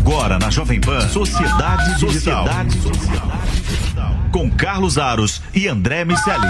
Agora na Jovem Pan, Sociedade Digital. Com Carlos Aros e André Miceli.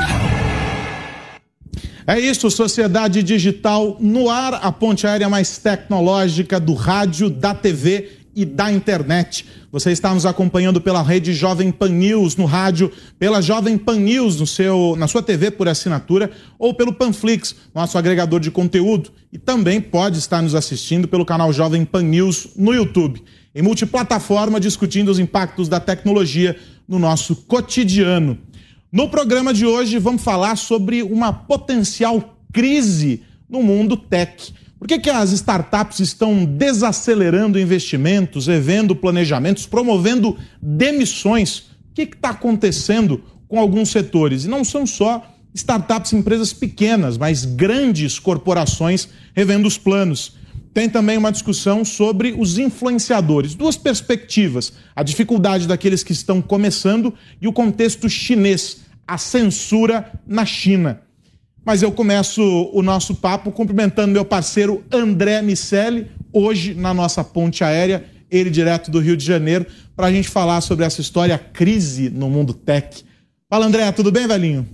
É isso, Sociedade Digital no ar, a ponte aérea mais tecnológica do rádio, da TV e da internet. Você está nos acompanhando pela rede Jovem Pan News no rádio, pela Jovem Pan News na sua TV por assinatura ou pelo Panflix, nosso agregador de conteúdo. E também pode estar nos assistindo pelo canal Jovem Pan News no YouTube, em multiplataforma, discutindo os impactos da tecnologia no nosso cotidiano. No programa de hoje vamos falar sobre uma potencial crise no mundo tech. Por que as startups estão desacelerando investimentos, revendo planejamentos, promovendo demissões? O que está acontecendo com alguns setores? E não são só startups, empresas pequenas, mas grandes corporações revendo os planos. Tem também uma discussão sobre os influenciadores. Duas perspectivas: a dificuldade daqueles que estão começando e o contexto chinês, a censura na China. Mas eu começo o nosso papo cumprimentando meu parceiro André Miceli, hoje na nossa ponte aérea, ele direto do Rio de Janeiro, para a gente falar sobre essa história, a crise no mundo tech. Fala, André, tudo bem, velhinho?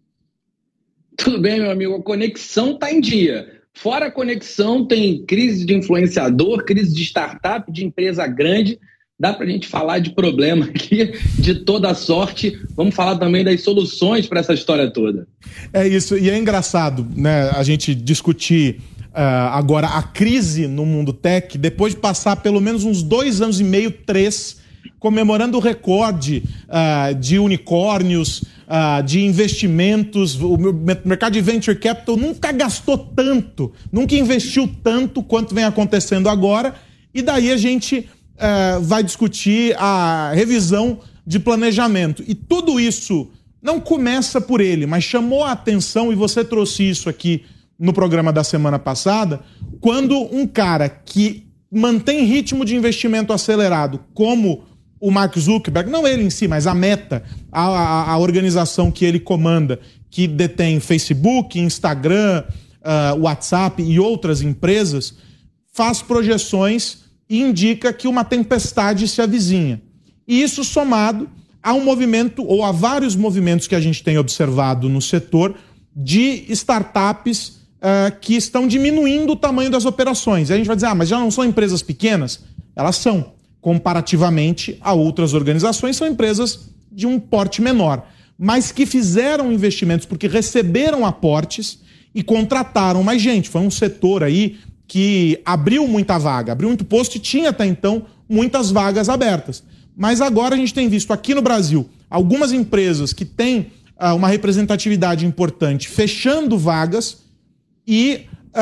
Tudo bem, meu amigo, a conexão está em dia. Fora a conexão, tem crise de influenciador, crise de startup, de empresa grande. Dá para a gente falar de problema aqui, de toda sorte. Vamos falar também das soluções para essa história toda. É isso, e é engraçado, né, a gente discutir agora a crise no mundo tech, depois de passar pelo menos uns 2 anos e meio, 3, comemorando o recorde de unicórnios, de investimentos. O mercado de venture capital nunca gastou tanto, nunca investiu tanto quanto vem acontecendo agora, e daí a gente vai discutir a revisão de planejamento. E tudo isso não começa por ele, mas chamou a atenção, e você trouxe isso aqui no programa da semana passada, quando um cara que mantém ritmo de investimento acelerado, como o Mark Zuckerberg, não ele em si, mas a Meta, a organização que ele comanda, que detém Facebook, Instagram, WhatsApp e outras empresas, faz projeções e indica que uma tempestade se avizinha. E isso somado a um movimento, ou a vários movimentos que a gente tem observado no setor, de startups que estão diminuindo o tamanho das operações. E a gente vai dizer, mas já não são empresas pequenas? Elas são. Comparativamente a outras organizações, são empresas de um porte menor, mas que fizeram investimentos porque receberam aportes e contrataram mais gente. Foi um setor aí que abriu muita vaga, abriu muito posto e tinha até então muitas vagas abertas. Mas agora a gente tem visto aqui no Brasil algumas empresas que têm uma representatividade importante fechando vagas e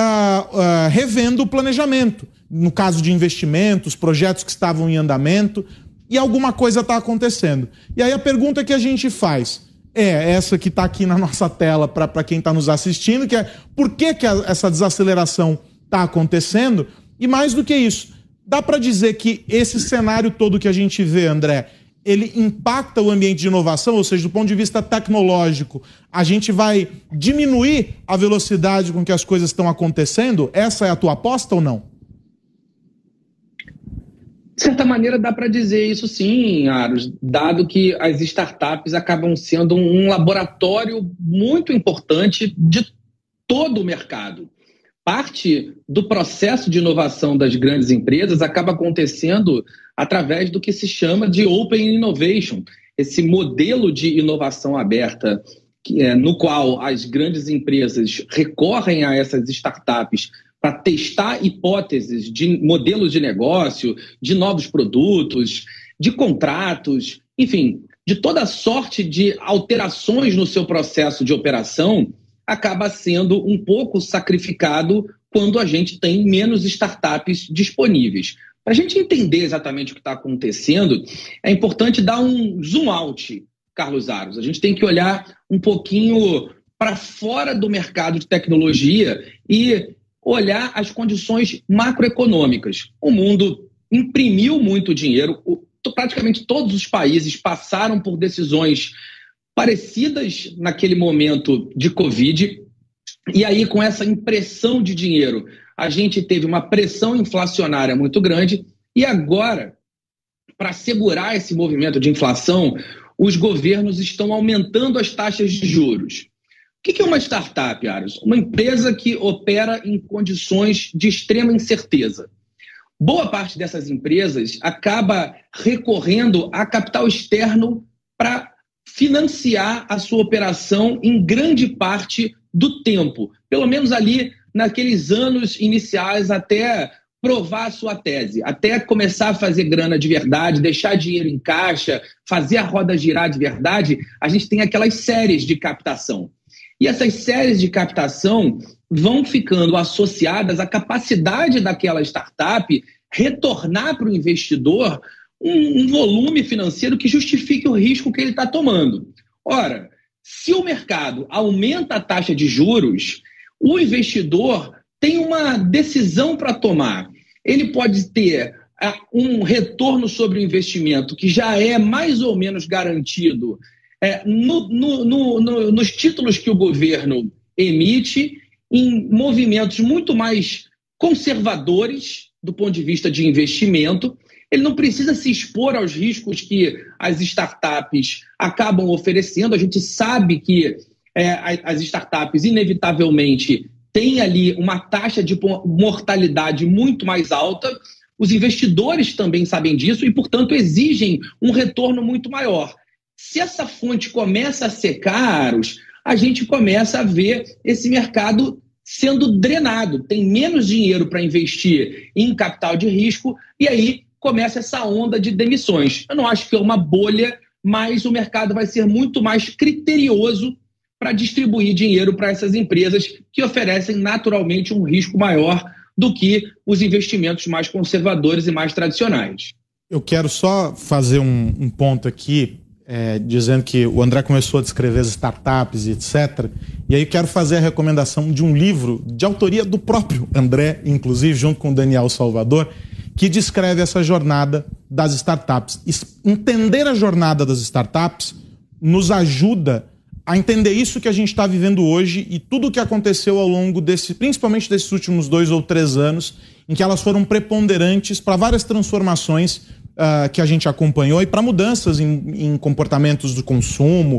revendo o planejamento. No caso de investimentos, projetos que estavam em andamento, e alguma coisa está acontecendo. E aí a pergunta que a gente faz é essa que está aqui na nossa tela para quem está nos assistindo, que é por que essa desaceleração está acontecendo? E mais do que isso, dá para dizer que esse cenário todo que a gente vê, André, ele impacta o ambiente de inovação, ou seja, do ponto de vista tecnológico, a gente vai diminuir a velocidade com que as coisas estão acontecendo? Essa é a tua aposta ou não? De certa maneira dá para dizer isso sim, Aros, dado que as startups acabam sendo um laboratório muito importante de todo o mercado. Parte do processo de inovação das grandes empresas acaba acontecendo através do que se chama de Open Innovation, esse modelo de inovação aberta, no qual as grandes empresas recorrem a essas startups para testar hipóteses de modelos de negócio, de novos produtos, de contratos, enfim, de toda sorte de alterações no seu processo de operação, acaba sendo um pouco sacrificado quando a gente tem menos startups disponíveis. Para a gente entender exatamente o que está acontecendo, é importante dar um zoom out, Carlos Aros. A gente tem que olhar um pouquinho para fora do mercado de tecnologia e olhar as condições macroeconômicas. O mundo imprimiu muito dinheiro, praticamente todos os países passaram por decisões parecidas naquele momento de Covid, e aí com essa impressão de dinheiro, a gente teve uma pressão inflacionária muito grande, E agora, para segurar esse movimento de inflação, os governos estão aumentando as taxas de juros. O que é uma startup, Aros? Uma empresa que opera em condições de extrema incerteza. Boa parte dessas empresas acaba recorrendo a capital externo para financiar a sua operação em grande parte do tempo, pelo menos ali naqueles anos iniciais até provar a sua tese, até começar a fazer grana de verdade, deixar dinheiro em caixa, fazer a roda girar de verdade. A gente tem aquelas séries de captação. E essas séries de captação vão ficando associadas à capacidade daquela startup retornar para o investidor um volume financeiro que justifique o risco que ele está tomando. Ora, se o mercado aumenta a taxa de juros, o investidor tem uma decisão para tomar. Ele pode ter um retorno sobre o investimento que já é mais ou menos garantido nos títulos que o governo emite, em movimentos muito mais conservadores do ponto de vista de investimento. Ele não precisa se expor aos riscos que as startups acabam oferecendo. A gente sabe que as startups, inevitavelmente, têm ali uma taxa de mortalidade muito mais alta. Os investidores também sabem disso e, portanto, exigem um retorno muito maior. Se essa fonte começa a secar, a gente começa a ver esse mercado sendo drenado. Tem menos dinheiro para investir em capital de risco e aí começa essa onda de demissões. Eu não acho que é uma bolha, mas o mercado vai ser muito mais criterioso para distribuir dinheiro para essas empresas que oferecem naturalmente um risco maior do que os investimentos mais conservadores e mais tradicionais. Eu quero só fazer um ponto aqui, dizendo que o André começou a descrever as startups e etc. E aí eu quero fazer a recomendação de um livro de autoria do próprio André, inclusive, junto com o Daniel Salvador, que descreve essa jornada das startups. Entender a jornada das startups nos ajuda a entender isso que a gente está vivendo hoje e tudo o que aconteceu ao longo principalmente desses últimos 2 ou 3 anos, em que elas foram preponderantes para várias transformações que a gente acompanhou e para mudanças em comportamentos do consumo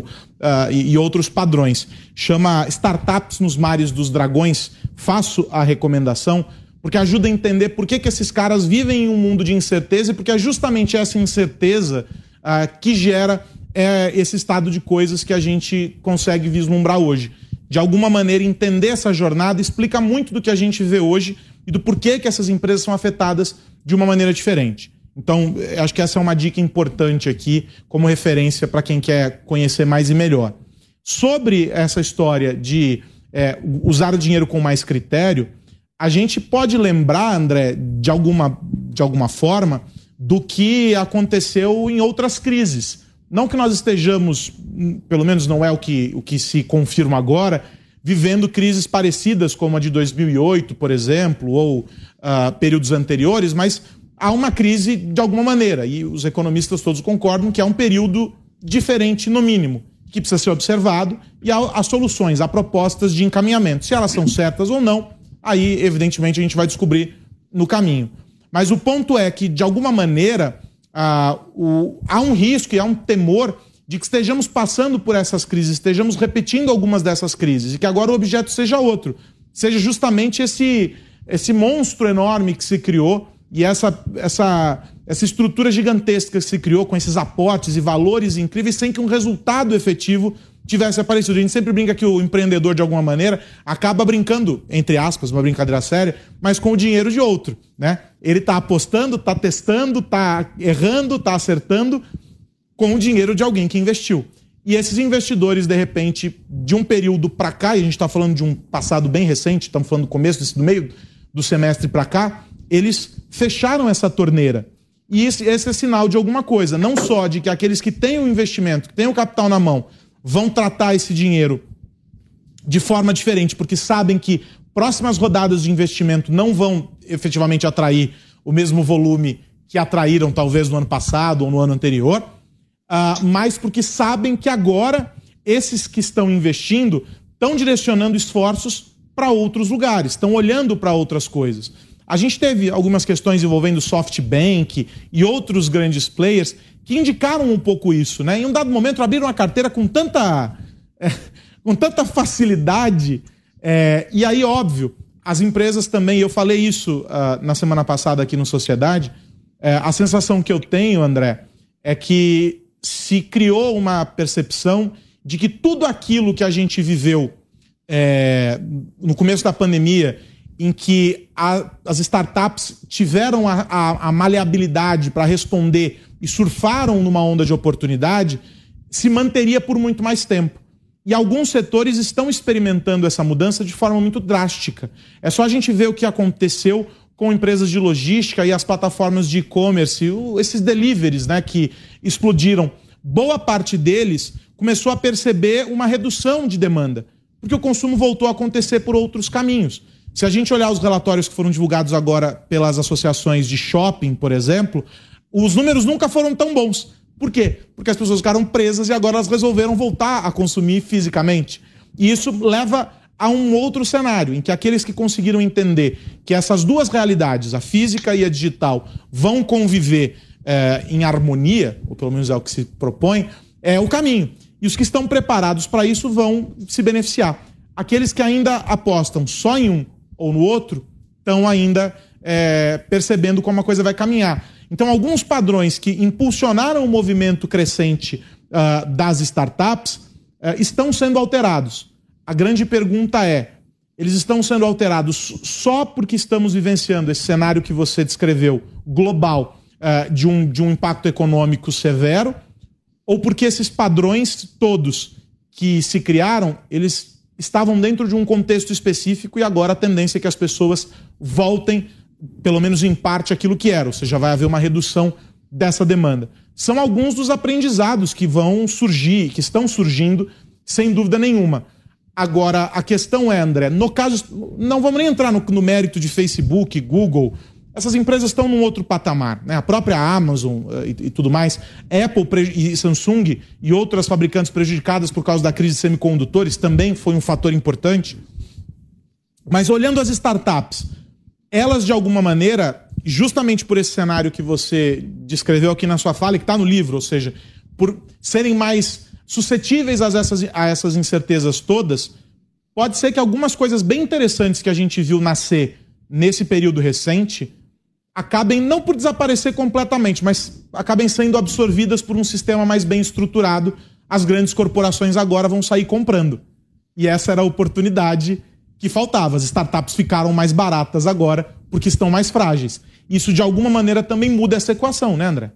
e outros padrões. Chama Startups nos Mares dos Dragões. Faço a recomendação porque ajuda a entender por que esses caras vivem em um mundo de incerteza e porque é justamente essa incerteza que gera esse estado de coisas que a gente consegue vislumbrar hoje. De alguma maneira, entender essa jornada explica muito do que a gente vê hoje e do porquê que essas empresas são afetadas de uma maneira diferente. Então, acho que essa é uma dica importante aqui, como referência para quem quer conhecer mais e melhor. Sobre essa história de usar o dinheiro com mais critério, a gente pode lembrar, André, de alguma forma, do que aconteceu em outras crises. Não que nós estejamos, pelo menos não é o que se confirma agora, vivendo crises parecidas como a de 2008, por exemplo, ou períodos anteriores, mas há uma crise de alguma maneira, e os economistas todos concordam que é um período diferente, no mínimo, que precisa ser observado, e há soluções, há propostas de encaminhamento. Se elas são certas ou não, aí, evidentemente, a gente vai descobrir no caminho. Mas o ponto é que, de alguma maneira, há um risco e há um temor de que estejamos passando por essas crises, estejamos repetindo algumas dessas crises, e que agora o objeto seja outro. Seja justamente esse monstro enorme que se criou, e essa estrutura gigantesca que se criou com esses aportes e valores incríveis sem que um resultado efetivo tivesse aparecido. A gente sempre brinca que o empreendedor, de alguma maneira, acaba brincando, entre aspas, uma brincadeira séria, mas com o dinheiro de outro, né? Ele está apostando, está testando, está errando, está acertando com o dinheiro de alguém que investiu. E esses investidores, de repente, de um período para cá, e a gente está falando de um passado bem recente, estamos falando do começo, do meio do semestre para cá, eles fecharam essa torneira. E esse é sinal de alguma coisa, não só de que aqueles que têm o investimento, que têm o capital na mão, vão tratar esse dinheiro de forma diferente, porque sabem que próximas rodadas de investimento não vão efetivamente atrair o mesmo volume que atraíram talvez no ano passado ou no ano anterior, mas porque sabem que agora esses que estão investindo estão direcionando esforços para outros lugares, estão olhando para outras coisas. A gente teve algumas questões envolvendo SoftBank e outros grandes players que indicaram um pouco isso, né? Em um dado momento abriram a carteira com tanta facilidade, e aí, óbvio, as empresas também, eu falei isso na semana passada aqui no Sociedade, a sensação que eu tenho, André, é que se criou uma percepção de que tudo aquilo que a gente viveu no começo da pandemia, em que as startups tiveram a maleabilidade para responder e surfaram numa onda de oportunidade, se manteria por muito mais tempo. E alguns setores estão experimentando essa mudança de forma muito drástica. É só a gente ver o que aconteceu com empresas de logística e as plataformas de e-commerce, esses deliveries, né, que explodiram. Boa parte deles começou a perceber uma redução de demanda, porque o consumo voltou a acontecer por outros caminhos. Se a gente olhar os relatórios que foram divulgados agora pelas associações de shopping, por exemplo, os números nunca foram tão bons. Por quê? Porque as pessoas ficaram presas e agora elas resolveram voltar a consumir fisicamente. E isso leva a um outro cenário, em que aqueles que conseguiram entender que essas duas realidades, a física e a digital, vão conviver em harmonia, ou pelo menos é o que se propõe, é o caminho. E os que estão preparados para isso vão se beneficiar. Aqueles que ainda apostam só em um ou no outro, estão ainda percebendo como a coisa vai caminhar. Então, alguns padrões que impulsionaram o movimento crescente das startups estão sendo alterados. A grande pergunta é, eles estão sendo alterados só porque estamos vivenciando esse cenário que você descreveu, global, de um impacto econômico severo, ou porque esses padrões todos que se criaram, eles estavam dentro de um contexto específico e agora a tendência é que as pessoas voltem, pelo menos em parte, aquilo que era, ou seja, vai haver uma redução dessa demanda. São alguns dos aprendizados que vão surgir, que estão surgindo, sem dúvida nenhuma. Agora, a questão é, André, no caso, não vamos nem entrar no mérito de Facebook, Google, essas empresas estão num outro patamar, né? A própria Amazon e tudo mais, Apple e Samsung e outras fabricantes prejudicadas por causa da crise de semicondutores também foi um fator importante. Mas olhando as startups, elas de alguma maneira, justamente por esse cenário que você descreveu aqui na sua fala e que está no livro, ou seja, por serem mais suscetíveis a essas incertezas todas, pode ser que algumas coisas bem interessantes que a gente viu nascer nesse período recente acabem não por desaparecer completamente, mas acabem sendo absorvidas por um sistema mais bem estruturado. As grandes corporações agora vão sair comprando. E essa era a oportunidade que faltava. As startups ficaram mais baratas agora porque estão mais frágeis. Isso, de alguma maneira, também muda essa equação, né, André?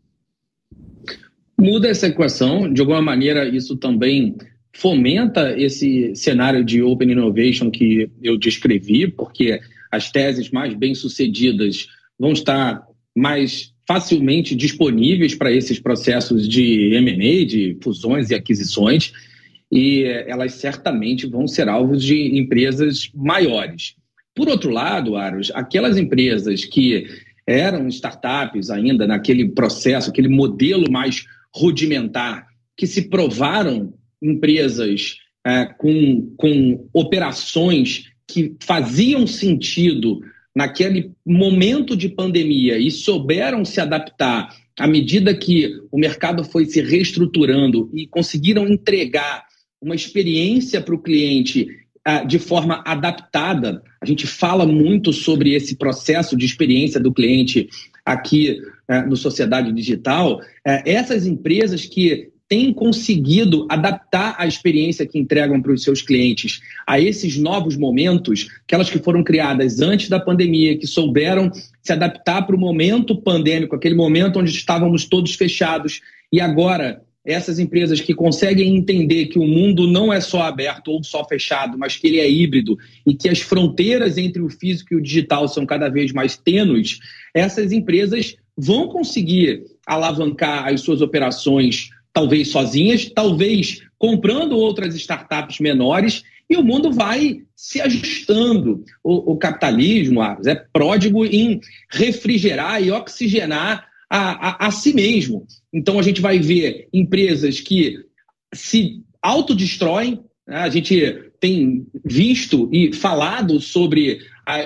Muda essa equação. De alguma maneira, isso também fomenta esse cenário de Open Innovation que eu descrevi, porque as teses mais bem-sucedidas vão estar mais facilmente disponíveis para esses processos de M&A, de fusões e aquisições, e elas certamente vão ser alvos de empresas maiores. Por outro lado, Aros, aquelas empresas que eram startups ainda naquele processo, aquele modelo mais rudimentar, que se provaram empresas com operações que faziam sentido naquele momento de pandemia e souberam se adaptar à medida que o mercado foi se reestruturando e conseguiram entregar uma experiência para o cliente de forma adaptada. A gente fala muito sobre esse processo de experiência do cliente aqui no Sociedade Digital. Essas empresas que têm conseguido adaptar a experiência que entregam para os seus clientes a esses novos momentos, aquelas que foram criadas antes da pandemia, que souberam se adaptar para o momento pandêmico, aquele momento onde estávamos todos fechados, e agora essas empresas que conseguem entender que o mundo não é só aberto ou só fechado, mas que ele é híbrido e que as fronteiras entre o físico e o digital são cada vez mais tênues, essas empresas vão conseguir alavancar as suas operações, talvez sozinhas, talvez comprando outras startups menores, e o mundo vai se ajustando. O capitalismo é pródigo em refrigerar e oxigenar a si mesmo. Então a gente vai ver empresas que se autodestroem A gente tem visto e falado sobre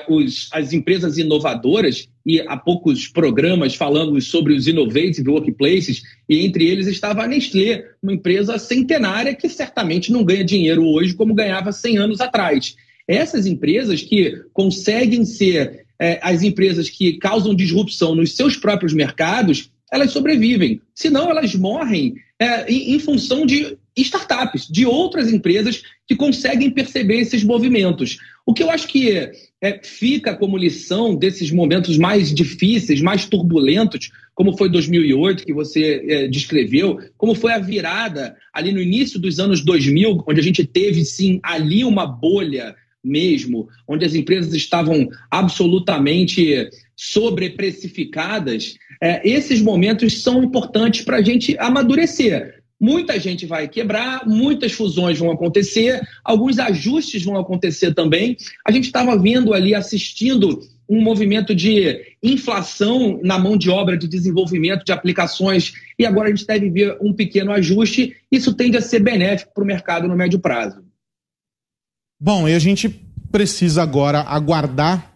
as empresas inovadoras, e há poucos programas falando sobre os Innovative Workplaces, e entre eles estava a Nestlé, uma empresa centenária que certamente não ganha dinheiro hoje como ganhava 100 anos atrás. Essas empresas que conseguem ser as empresas que causam disrupção nos seus próprios mercados, elas sobrevivem. Senão, elas morrem em função de startups, de outras empresas que conseguem perceber esses movimentos. O que eu acho que fica como lição desses momentos mais difíceis, mais turbulentos, como foi 2008, que você descreveu, como foi a virada ali no início dos anos 2000, onde a gente teve, sim, ali uma bolha mesmo, onde as empresas estavam absolutamente sobreprecificadas. Esses momentos são importantes para a gente amadurecer. Muita gente vai quebrar, muitas fusões vão acontecer, alguns ajustes vão acontecer também. A gente estava vendo ali, assistindo um movimento de inflação na mão de obra de desenvolvimento de aplicações, e agora a gente deve ver um pequeno ajuste. Isso tende a ser benéfico para o mercado no médio prazo. Bom, e a gente precisa agora aguardar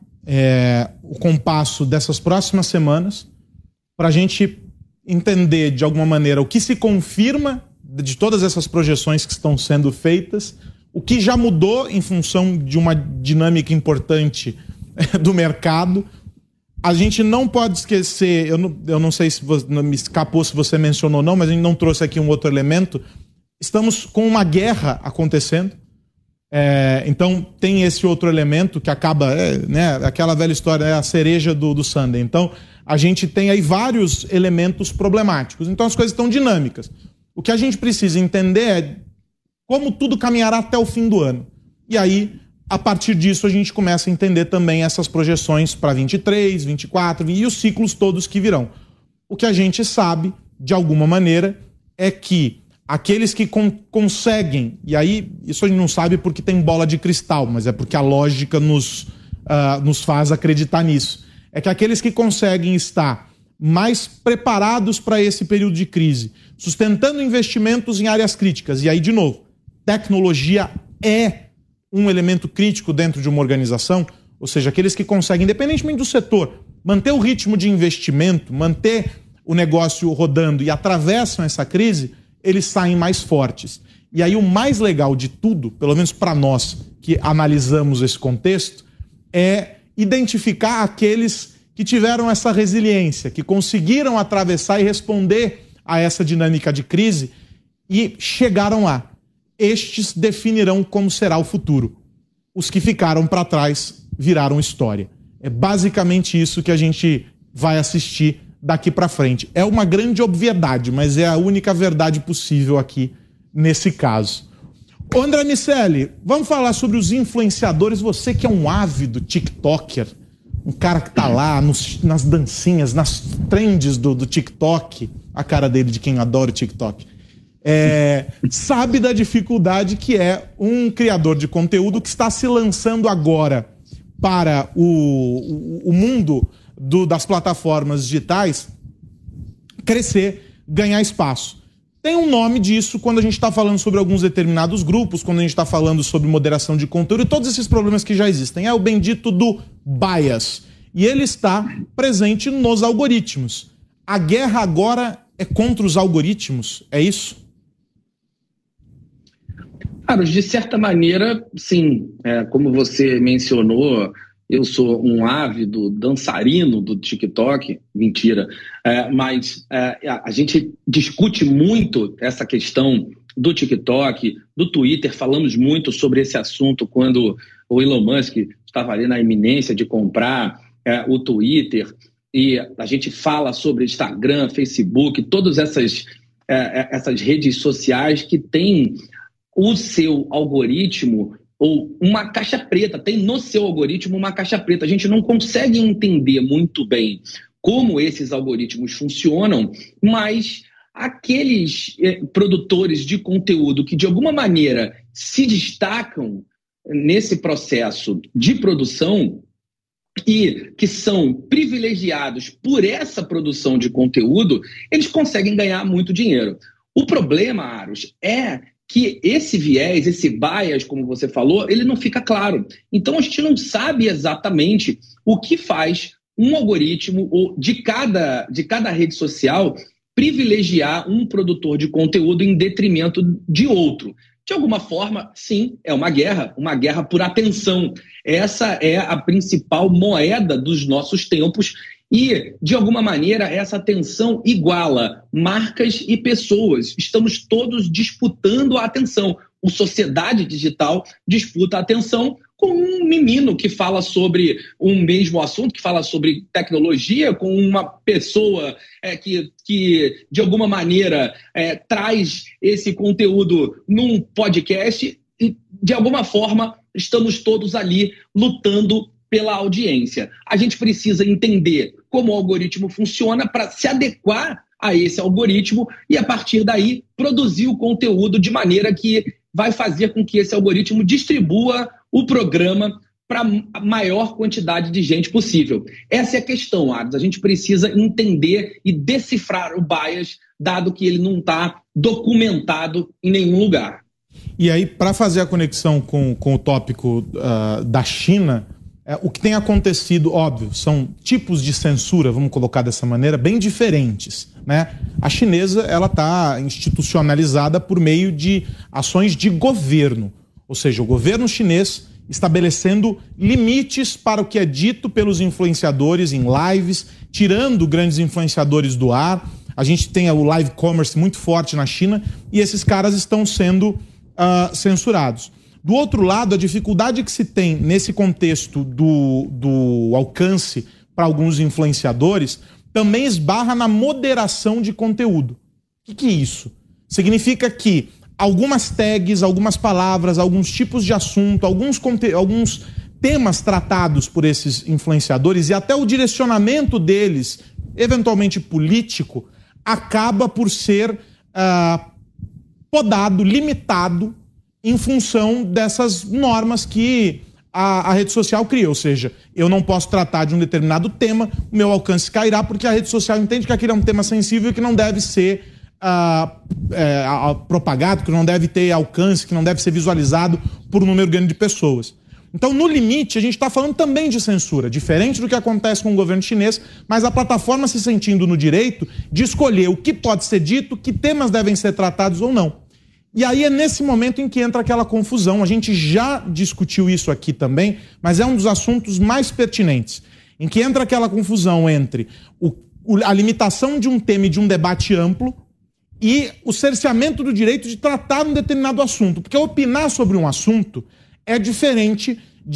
o compasso dessas próximas semanas para a gente entender de alguma maneira o que se confirma de todas essas projeções que estão sendo feitas, o que já mudou em função de uma dinâmica importante do mercado. A gente não pode esquecer, eu não sei se me escapou se você mencionou ou não, mas a gente não trouxe aqui um outro elemento. Estamos com uma guerra acontecendo. Então tem esse outro elemento que acaba, aquela velha história, a cereja do sundae. Então a gente tem aí vários elementos problemáticos. Então as coisas estão dinâmicas. O que a gente precisa entender é como tudo caminhará até o fim do ano. E aí, a partir disso, a gente começa a entender também essas projeções para 23, 24 e os ciclos todos que virão. O que a gente sabe, de alguma maneira, é que aqueles que conseguem, e aí isso a gente não sabe porque tem bola de cristal, mas é porque a lógica nos faz acreditar nisso, é que aqueles que conseguem estar mais preparados para esse período de crise, sustentando investimentos em áreas críticas, e aí, de novo, tecnologia é um elemento crítico dentro de uma organização, ou seja, aqueles que conseguem, independentemente do setor, manter o ritmo de investimento, manter o negócio rodando e atravessam essa crise, eles saem mais fortes. E aí o mais legal de tudo, pelo menos para nós que analisamos esse contexto, é identificar aqueles que tiveram essa resiliência, que conseguiram atravessar e responder a essa dinâmica de crise e chegaram lá. Estes definirão como será o futuro. Os que ficaram para trás viraram história. É basicamente isso que a gente vai assistir daqui para frente. É uma grande obviedade, mas é a única verdade possível aqui nesse caso. Ô André Miceli, vamos falar sobre os influenciadores. Você que é um ávido TikToker, um cara que tá lá nas dancinhas, nas trends do TikTok, a cara dele de quem adora o TikTok, sabe da dificuldade que é um criador de conteúdo que está se lançando agora para o mundo das plataformas digitais crescer, ganhar espaço. Tem um nome disso quando a gente está falando sobre alguns determinados grupos, quando a gente está falando sobre moderação de conteúdo e todos esses problemas que já existem. É o bendito do bias. E ele está presente nos algoritmos. A guerra agora é contra os algoritmos, é isso? Carlos, de certa maneira, sim. Como você mencionou, eu sou um ávido dançarino do TikTok, mentira, mas a gente discute muito essa questão do TikTok, do Twitter, falamos muito sobre esse assunto quando o Elon Musk estava ali na iminência de comprar o Twitter, e a gente fala sobre Instagram, Facebook, todas essas redes sociais que têm o seu algoritmo ou uma caixa preta, tem no seu algoritmo uma caixa preta. A gente não consegue entender muito bem como esses algoritmos funcionam, mas aqueles produtores de conteúdo que de alguma maneira se destacam nesse processo de produção e que são privilegiados por essa produção de conteúdo, eles conseguem ganhar muito dinheiro. O problema, Aros, é que esse viés, esse bias, como você falou, ele não fica claro. Então, a gente não sabe exatamente o que faz um algoritmo de cada rede social privilegiar um produtor de conteúdo em detrimento de outro. De alguma forma, sim, é uma guerra por atenção. Essa é a principal moeda dos nossos tempos e, de alguma maneira, essa atenção iguala marcas e pessoas. Estamos todos disputando a atenção. A sociedade digital disputa a atenção com um menino que fala sobre um mesmo assunto, que fala sobre tecnologia, com uma pessoa que de alguma maneira, traz esse conteúdo num podcast e, de alguma forma, estamos todos ali lutando pela audiência. A gente precisa entender como o algoritmo funciona para se adequar a esse algoritmo e, a partir daí, produzir o conteúdo de maneira que vai fazer com que esse algoritmo distribua o programa para a maior quantidade de gente possível. Essa é a questão, Aros. A gente precisa entender e decifrar o bias, dado que ele não está documentado em nenhum lugar. E aí, para fazer a conexão com o tópico da China, o que tem acontecido, óbvio, são tipos de censura, vamos colocar dessa maneira, bem diferentes, né? A chinesa, ela está institucionalizada por meio de ações de governo, ou seja, o governo chinês estabelecendo limites para o que é dito pelos influenciadores em lives, tirando grandes influenciadores do ar. A gente tem o live commerce muito forte na China e esses caras estão sendo censurados. Do outro lado, a dificuldade que se tem nesse contexto do alcance para alguns influenciadores também esbarra na moderação de conteúdo. O que é isso? Significa que algumas tags, algumas palavras, alguns tipos de assunto, alguns temas tratados por esses influenciadores e até o direcionamento deles, eventualmente político, acaba por ser podado, limitado em função dessas normas que a rede social cria. Ou seja, eu não posso tratar de um determinado tema, o meu alcance cairá porque a rede social entende que aquele é um tema sensível e que não deve ser propagado, que não deve ter alcance, que não deve ser visualizado por um número grande de pessoas. Então, no limite, a gente está falando também de censura, diferente do que acontece com o governo chinês, mas a plataforma se sentindo no direito de escolher o que pode ser dito, que temas devem ser tratados ou não. E aí é nesse momento em que entra aquela confusão. A gente já discutiu isso aqui também, mas é um dos assuntos mais pertinentes, em que entra aquela confusão entre a limitação de um tema e de um debate amplo e o cerceamento do direito de tratar um determinado assunto. Porque opinar sobre um assunto é diferente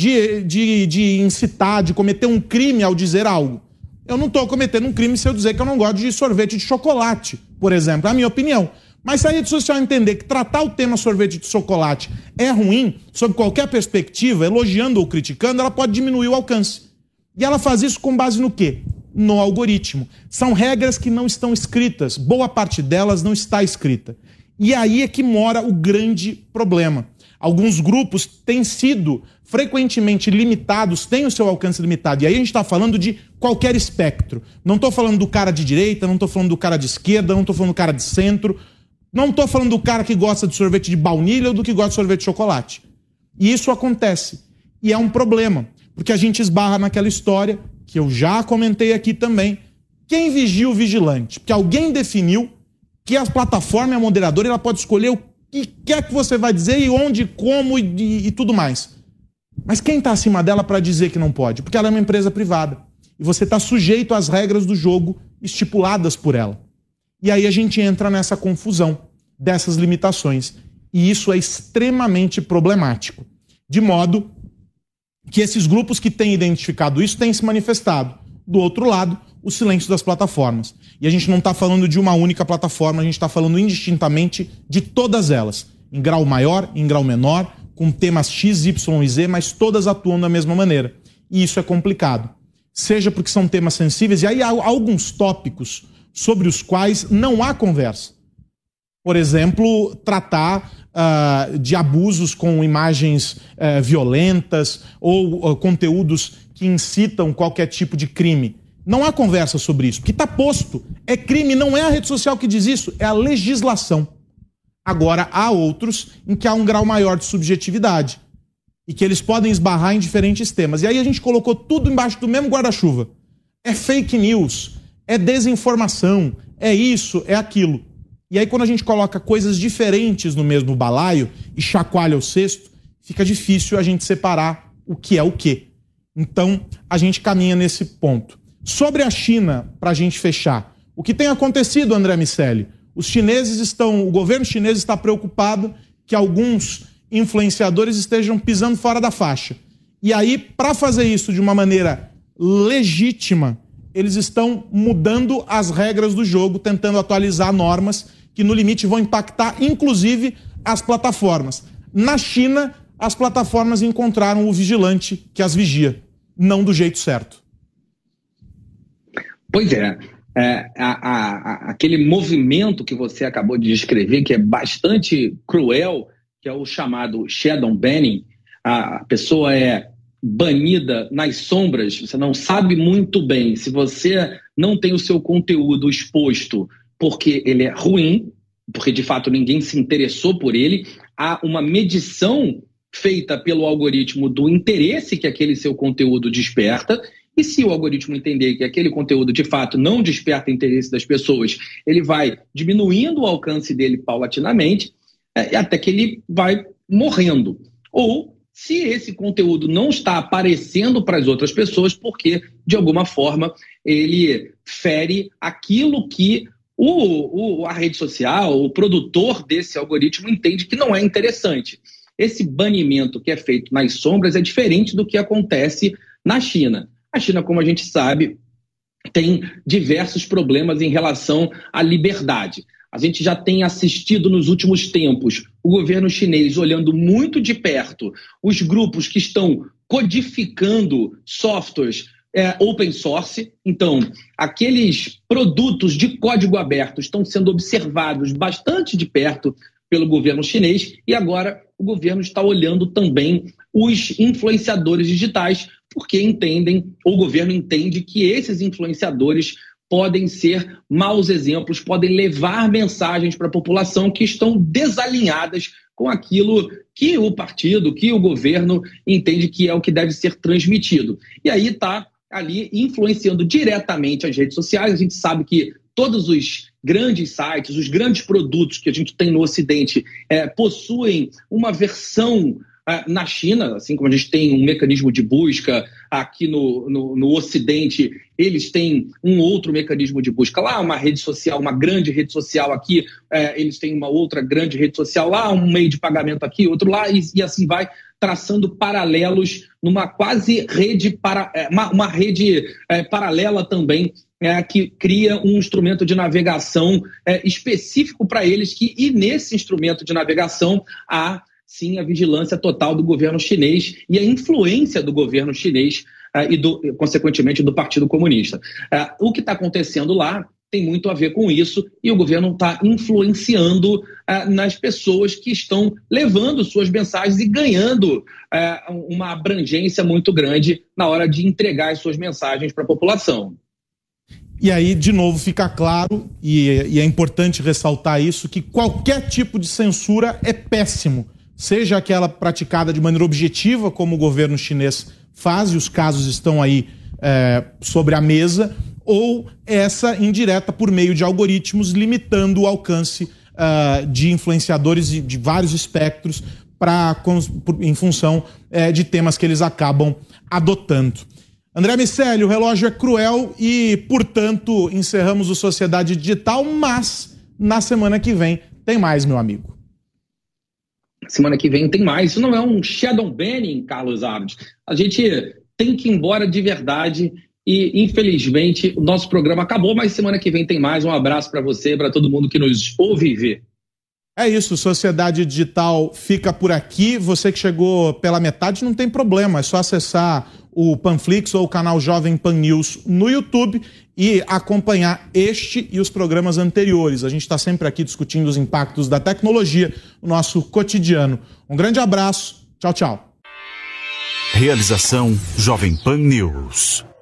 de incitar, de cometer um crime ao dizer algo. Eu não estou cometendo um crime se eu dizer que eu não gosto de sorvete de chocolate, por exemplo, é a minha opinião. Mas se a rede social entender que tratar o tema sorvete de chocolate é ruim, sob qualquer perspectiva, elogiando ou criticando, ela pode diminuir o alcance. E ela faz isso com base no quê? No algoritmo. São regras que não estão escritas, boa parte delas não está escrita. E aí é que mora o grande problema. Alguns grupos têm sido frequentemente limitados, têm o seu alcance limitado. E aí a gente está falando de qualquer espectro. Não estou falando do cara de direita, não estou falando do cara de esquerda, não estou falando do cara de centro, não estou falando do cara que gosta de sorvete de baunilha ou do que gosta de sorvete de chocolate. E isso acontece. E é um problema, porque a gente esbarra naquela história que eu já comentei aqui também. Quem vigia o vigilante? Porque alguém definiu que a plataforma e a moderadora ela pode escolher o que quer que você vai dizer e onde, como e tudo mais. Mas quem está acima dela para dizer que não pode? Porque ela é uma empresa privada. E você está sujeito às regras do jogo estipuladas por ela. E aí a gente entra nessa confusão dessas limitações. E isso é extremamente problemático. De modo que esses grupos que têm identificado isso têm se manifestado. Do outro lado, o silêncio das plataformas. E a gente não está falando de uma única plataforma, a gente está falando indistintamente de todas elas. Em grau maior, em grau menor, com temas X, Y e Z, mas todas atuam da mesma maneira. E isso é complicado. Seja porque são temas sensíveis, e aí há alguns tópicos sobre os quais não há conversa. Por exemplo, tratar de abusos com imagens violentas ou conteúdos que incitam qualquer tipo de crime. Não há conversa sobre isso, porque está posto. É crime, não é a rede social que diz isso, é a legislação. Agora, há outros em que há um grau maior de subjetividade e que eles podem esbarrar em diferentes temas. E aí a gente colocou tudo embaixo do mesmo guarda-chuva. É fake news, é desinformação, é isso, é aquilo. E aí quando a gente coloca coisas diferentes no mesmo balaio e chacoalha o cesto, fica difícil a gente separar o que é o quê. Então, a gente caminha nesse ponto. Sobre a China, para a gente fechar, o que tem acontecido, André Miceli? O governo chinês está preocupado que alguns influenciadores estejam pisando fora da faixa. E aí, para fazer isso de uma maneira legítima, eles estão mudando as regras do jogo, tentando atualizar normas que, no limite, vão impactar, inclusive, as plataformas. Na China, as plataformas encontraram o vigilante que as vigia, não do jeito certo. Pois é. Aquele movimento que você acabou de descrever, que é bastante cruel, que é o chamado shadow banning, a pessoa é banida nas sombras, você não sabe muito bem se você não tem o seu conteúdo exposto porque ele é ruim, porque de fato ninguém se interessou por ele, há uma medição feita pelo algoritmo do interesse que aquele seu conteúdo desperta. E se o algoritmo entender que aquele conteúdo, de fato, não desperta interesse das pessoas, ele vai diminuindo o alcance dele paulatinamente, até que ele vai morrendo. Ou se esse conteúdo não está aparecendo para as outras pessoas, porque, de alguma forma, ele fere aquilo que a rede social, o produtor desse algoritmo entende que não é interessante. Esse banimento que é feito nas sombras é diferente do que acontece na China. A China, como a gente sabe, tem diversos problemas em relação à liberdade. A gente já tem assistido nos últimos tempos o governo chinês olhando muito de perto os grupos que estão codificando softwares open source. Então, aqueles produtos de código aberto estão sendo observados bastante de perto pelo governo chinês e agora o governo está olhando também os influenciadores digitais, porque o governo entende que esses influenciadores podem ser maus exemplos, podem levar mensagens para a população que estão desalinhadas com aquilo que o partido, que o governo entende que é o que deve ser transmitido. E aí está ali influenciando diretamente as redes sociais. A gente sabe que todos os grandes sites, os grandes produtos que a gente tem no Ocidente possuem uma versão na China, assim como a gente tem um mecanismo de busca aqui no Ocidente, eles têm um outro mecanismo de busca lá, uma rede social, uma grande rede social aqui, eles têm uma outra grande rede social lá, um meio de pagamento aqui, outro lá, e assim vai traçando paralelos numa quase rede, uma rede paralela também, que cria um instrumento de navegação específico para eles, e nesse instrumento de navegação há sim a vigilância total do governo chinês e a influência do governo chinês e, consequentemente, do Partido Comunista. O que está acontecendo lá tem muito a ver com isso e o governo está influenciando nas pessoas que estão levando suas mensagens e ganhando uma abrangência muito grande na hora de entregar as suas mensagens para a população. E aí, de novo, fica claro, e é importante ressaltar isso, que qualquer tipo de censura é péssimo. Seja aquela praticada de maneira objetiva, como o governo chinês faz, e os casos estão aí sobre a mesa, ou essa indireta por meio de algoritmos, limitando o alcance de influenciadores de vários espectros em função de temas que eles acabam adotando. André Miceli, o relógio é cruel e, portanto, encerramos o Sociedade Digital, mas na semana que vem tem mais, meu amigo. Semana que vem tem mais. Isso não é um shadow banning, Carlos Aros. A gente tem que ir embora de verdade e, infelizmente, o nosso programa acabou, mas semana que vem tem mais. Um abraço para você e para todo mundo que nos ouve e vê. É isso, Sociedade Digital fica por aqui. Você que chegou pela metade não tem problema, é só acessar o Panflix ou o canal Jovem Pan News no YouTube e acompanhar este e os programas anteriores. A gente está sempre aqui discutindo os impactos da tecnologia no nosso cotidiano. Um grande abraço, tchau, tchau. Realização Jovem Pan News.